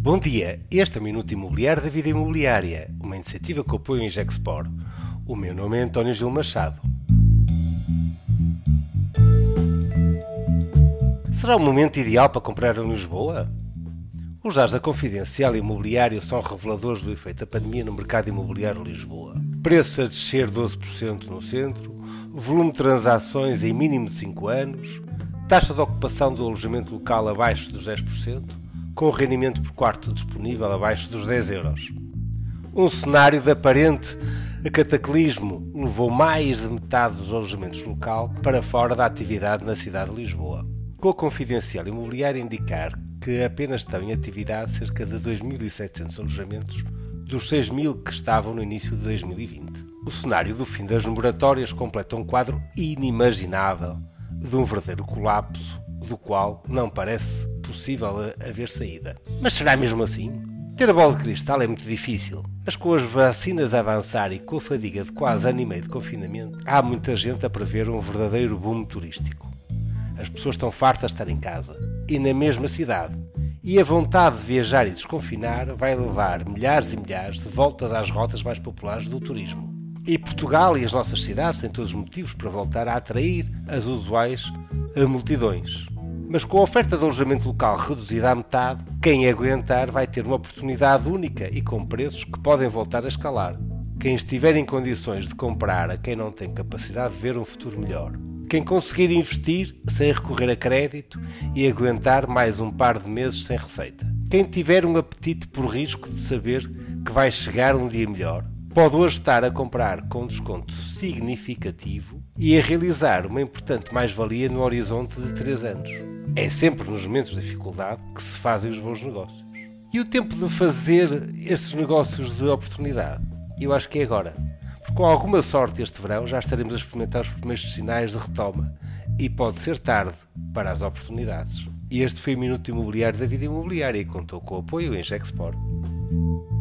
Bom dia, este é o Minuto Imobiliário da Vida Imobiliária, uma iniciativa que apoia o Ingexpor. O meu nome é António Gil Machado. Será o momento ideal para comprar em Lisboa? Os dados da Confidencial Imobiliário são reveladores do efeito da pandemia no mercado imobiliário de Lisboa. Preços a descer 12% no centro, volume de transações em mínimo de 5 anos, taxa de ocupação do alojamento local abaixo dos 10%, com o rendimento por quarto disponível abaixo dos 10 euros. Um cenário de aparente cataclismo levou mais de metade dos alojamentos local para fora da atividade na cidade de Lisboa, com a Confidencial Imobiliária a indicar que apenas estão em atividade cerca de 2.700 alojamentos dos 6.000 que estavam no início de 2020. O cenário do fim das moratórias completa um quadro inimaginável de um verdadeiro colapso do qual não parece possível haver saída. Mas será mesmo assim? Ter a bola de cristal é muito difícil, mas com as vacinas a avançar e com a fadiga de quase ano e meio de confinamento, há muita gente a prever um verdadeiro boom turístico. As pessoas estão fartas de estar em casa e na mesma cidade, e a vontade de viajar e desconfinar vai levar milhares e milhares de voltas às rotas mais populares do turismo. E Portugal e as nossas cidades têm todos os motivos para voltar a atrair as usuais multidões. Mas com a oferta de alojamento local reduzida à metade, quem aguentar vai ter uma oportunidade única e com preços que podem voltar a escalar. Quem estiver em condições de comprar a quem não tem capacidade de ver um futuro melhor. Quem conseguir investir sem recorrer a crédito e aguentar mais um par de meses sem receita. Quem tiver um apetite por risco de saber que vai chegar um dia melhor, pode hoje estar a comprar com desconto significativo e a realizar uma importante mais-valia no horizonte de 3 anos. É sempre nos momentos de dificuldade que se fazem os bons negócios. E o tempo de fazer esses negócios de oportunidade? Eu acho que é agora. Porque com alguma sorte este verão já estaremos a experimentar os primeiros sinais de retoma e pode ser tarde para as oportunidades. E este foi o Minuto Imobiliário da Vida Imobiliária e contou com o apoio em Ingexpor.